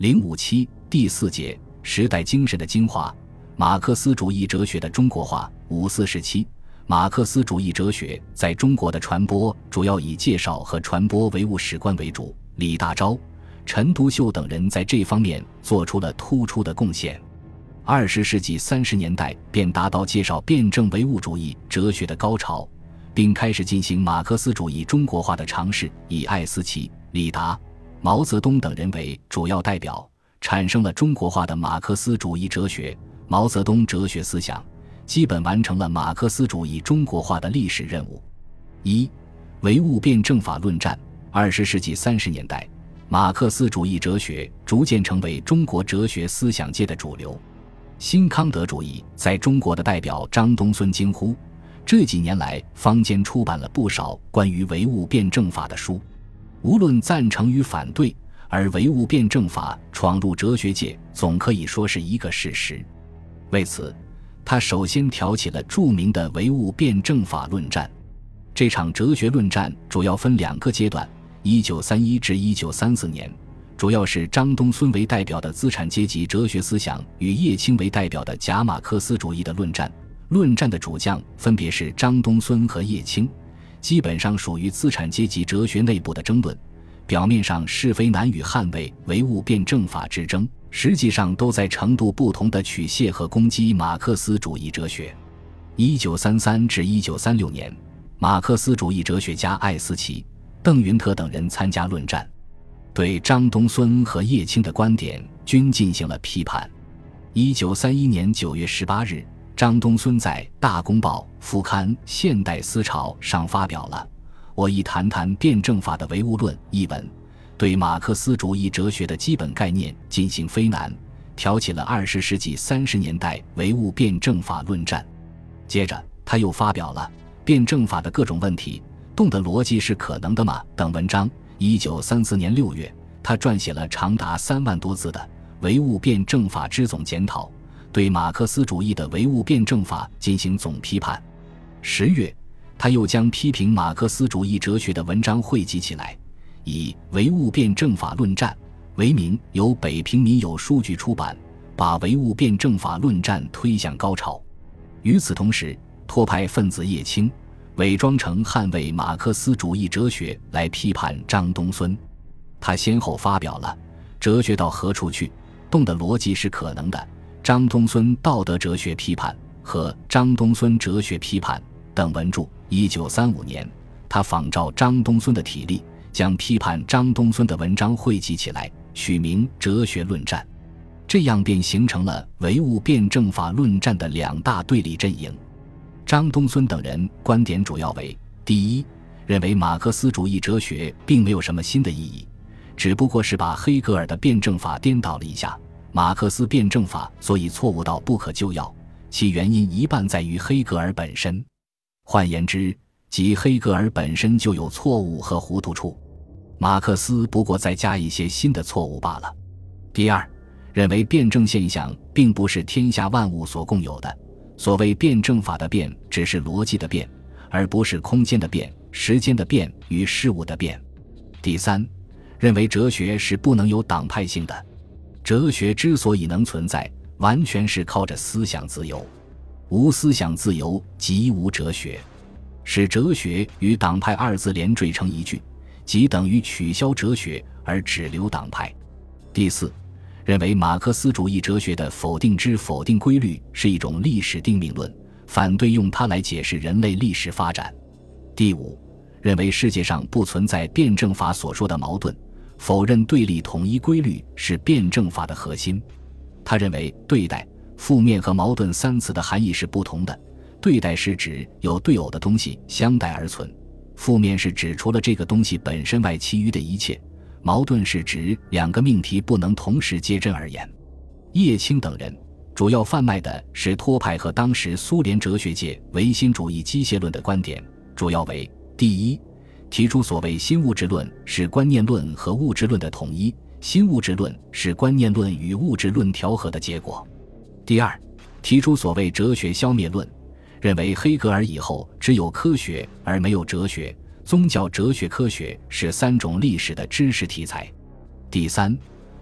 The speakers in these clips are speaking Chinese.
057第4节时代精神的精华，马克思主义哲学的中国化。547马克思主义哲学在中国的传播主要以介绍和传播唯物史观为主，李大钊、陈独秀等人在这方面做出了突出的贡献。20世纪30年代便达到介绍辩证唯物主义哲学的高潮，并开始进行马克思主义中国化的尝试，以艾思奇、李达、毛泽东等人为主要代表，产生了中国化的马克思主义哲学。毛泽东哲学思想基本完成了马克思主义中国化的历史任务。唯物辩证法论战。20世纪30年代，马克思主义哲学逐渐成为中国哲学思想界的主流。新康德主义在中国的代表张东荪惊呼，这几年来坊间出版了不少关于唯物辩证法的书，无论赞成与反对，而唯物辩证法闯入哲学界总可以说是一个事实。为此，他首先挑起了著名的唯物辩证法论战。这场哲学论战主要分2个阶段，1931至1934年，主要是张东荪为代表的资产阶级哲学思想与叶青为代表的假马克思主义的论战。论战的主将分别是张东荪和叶青，基本上属于资产阶级哲学内部的争论，表面上是非难与捍卫唯物辩证法之争，实际上都在程度不同地取械和攻击马克思主义哲学。1933至1936年，马克思主义哲学家艾思奇、邓云特等人参加论战，对张东荪和叶青的观点均进行了批判。1931年9月18日，张东荪在《大公报》副刊《现代思潮》上发表了《我亦谈谈辩证法的唯物论》一文，对马克思主义哲学的基本概念进行非难，挑起了20世纪30年代唯物辩证法论战。接着他又发表了辩证法的各种问题，动的逻辑是可能的吗等文章。1934年6月，他撰写了长达3万多字的唯物辩证法之总检讨，对马克思主义的唯物辩证法进行总批判。10月，他又将批评马克思主义哲学的文章汇集起来，以唯物辩证法论战为名，由北平民友书局出版，把唯物辩证法论战推向高潮。与此同时，托派分子叶青伪装成捍卫马克思主义哲学来批判张东荪。他先后发表了哲学到何处去，动的逻辑是可能的，张东荪道德哲学批判和张东荪哲学批判等文著。1935年，他仿照张东荪的体例，将批判张东荪的文章汇集起来，取名哲学论战。这样便形成了唯物辩证法论战的2大对立阵营。张东荪等人观点主要为：第一，认为马克思主义哲学并没有什么新的意义，只不过是把黑格尔的辩证法颠倒了一下，马克思辩证法所以错误到不可救药，其原因一半在于黑格尔本身。换言之，即黑格尔本身就有错误和糊涂处，马克思不过再加一些新的错误罢了。第二，认为辩证现象并不是天下万物所共有的，所谓辩证法的辩只是逻辑的辩，而不是空间的辩、时间的辩与事物的辩。第三，认为哲学是不能有党派性的，哲学之所以能存在，完全是靠着思想自由，无思想自由即无哲学，使哲学与党派2字连缀成一句，即等于取消哲学而只留党派。第四，认为马克思主义哲学的否定之否定规律是一种历史定命论，反对用它来解释人类历史发展。第五，认为世界上不存在辩证法所说的矛盾，否认对立统一规律是辩证法的核心。他认为对待、负面和矛盾3词的含义是不同的，对待是指有对偶的东西相待而存，负面是指除了这个东西本身外其余的一切，矛盾是指2个命题不能同时接臻而言。叶青等人主要贩卖的是托派和当时苏联哲学界唯心主义机械论的观点，主要为：第一，提出所谓新物质论是观念论和物质论的统一，新物质论是观念论与物质论调和的结果。第二，提出所谓哲学消灭论，认为黑格尔以后只有科学而没有哲学，宗教、哲学、科学是3种历史的知识题材。第三，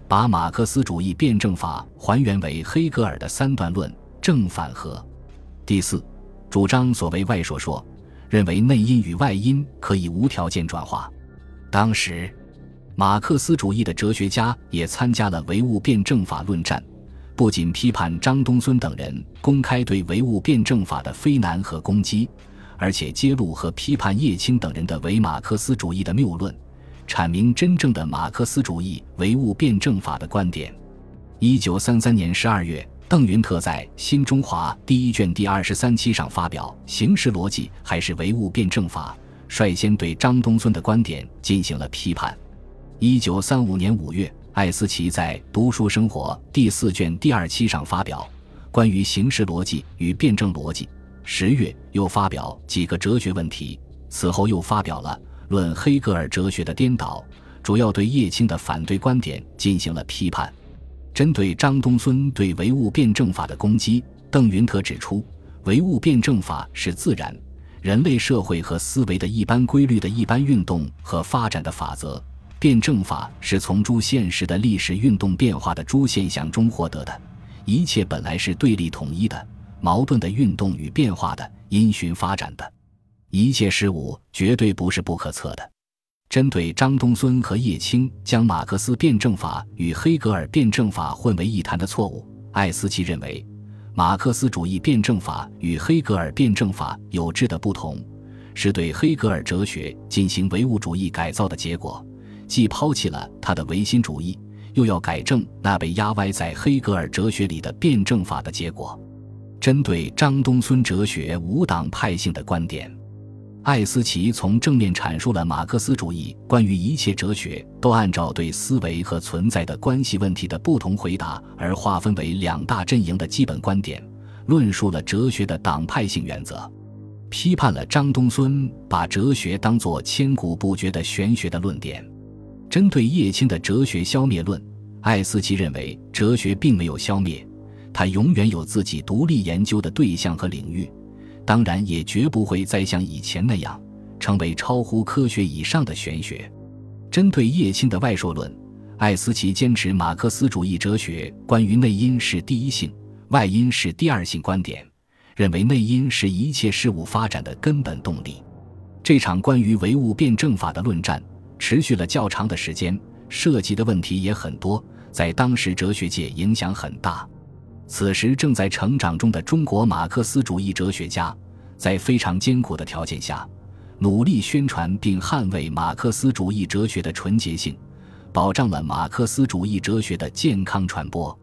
把马克思主义辩证法还原为黑格尔的三段论正反合。第四，主张所谓外说说，认为内因与外因可以无条件转化。当时马克思主义的哲学家也参加了唯物辩证法论战，不仅批判张东荪等人公开对唯物辩证法的非难和攻击，而且揭露和批判叶青等人的伪马克思主义的谬论，阐明真正的马克思主义唯物辩证法的观点。1933年12月，邓云特在《新中华》第1卷第23期上发表《形式逻辑还是唯物辩证法》，率先对张东荪的观点进行了批判。1935年5月，艾思奇在《读书生活》第4卷第2期上发表关于形式逻辑与辩证逻辑。10月又发表几个哲学问题，此后又发表了《论黑格尔哲学的颠倒》，主要对叶青的反对观点进行了批判。针对张东荪对唯物辩证法的攻击，邓云特指出，唯物辩证法是自然、人类社会和思维的一般规律的一般运动和发展的法则，辩证法是从诸现实的历史运动变化的诸现象中获得的，一切本来是对立统一的、矛盾的运动与变化的、因循发展的，一切事物绝对不是不可测的。针对张东荪和叶青将马克思辩证法与黑格尔辩证法混为一谈的错误，艾思奇认为，马克思主义辩证法与黑格尔辩证法有质的不同，是对黑格尔哲学进行唯物主义改造的结果，既抛弃了他的唯心主义，又要改正那被压歪在黑格尔哲学里的辩证法的结果。针对张东荪哲学无党派性的观点，艾思奇从正面阐述了马克思主义关于一切哲学都按照对思维和存在的关系问题的不同回答而划分为两大阵营的基本观点，论述了哲学的党派性原则，批判了张东荪把哲学当作千古不绝的玄学的论点。针对叶青的哲学消灭论，艾思奇认为哲学并没有消灭，它永远有自己独立研究的对象和领域，当然也绝不会再像以前那样成为超乎科学以上的玄学。针对叶青的外说论，艾思奇坚持马克思主义哲学关于内因是第一性、外因是第二性观点，认为内因是一切事物发展的根本动力。这场关于唯物辩证法的论战持续了较长的时间，涉及的问题也很多，在当时哲学界影响很大。此时正在成长中的中国马克思主义哲学家，在非常艰苦的条件下，努力宣传并捍卫马克思主义哲学的纯洁性，保障了马克思主义哲学的健康传播。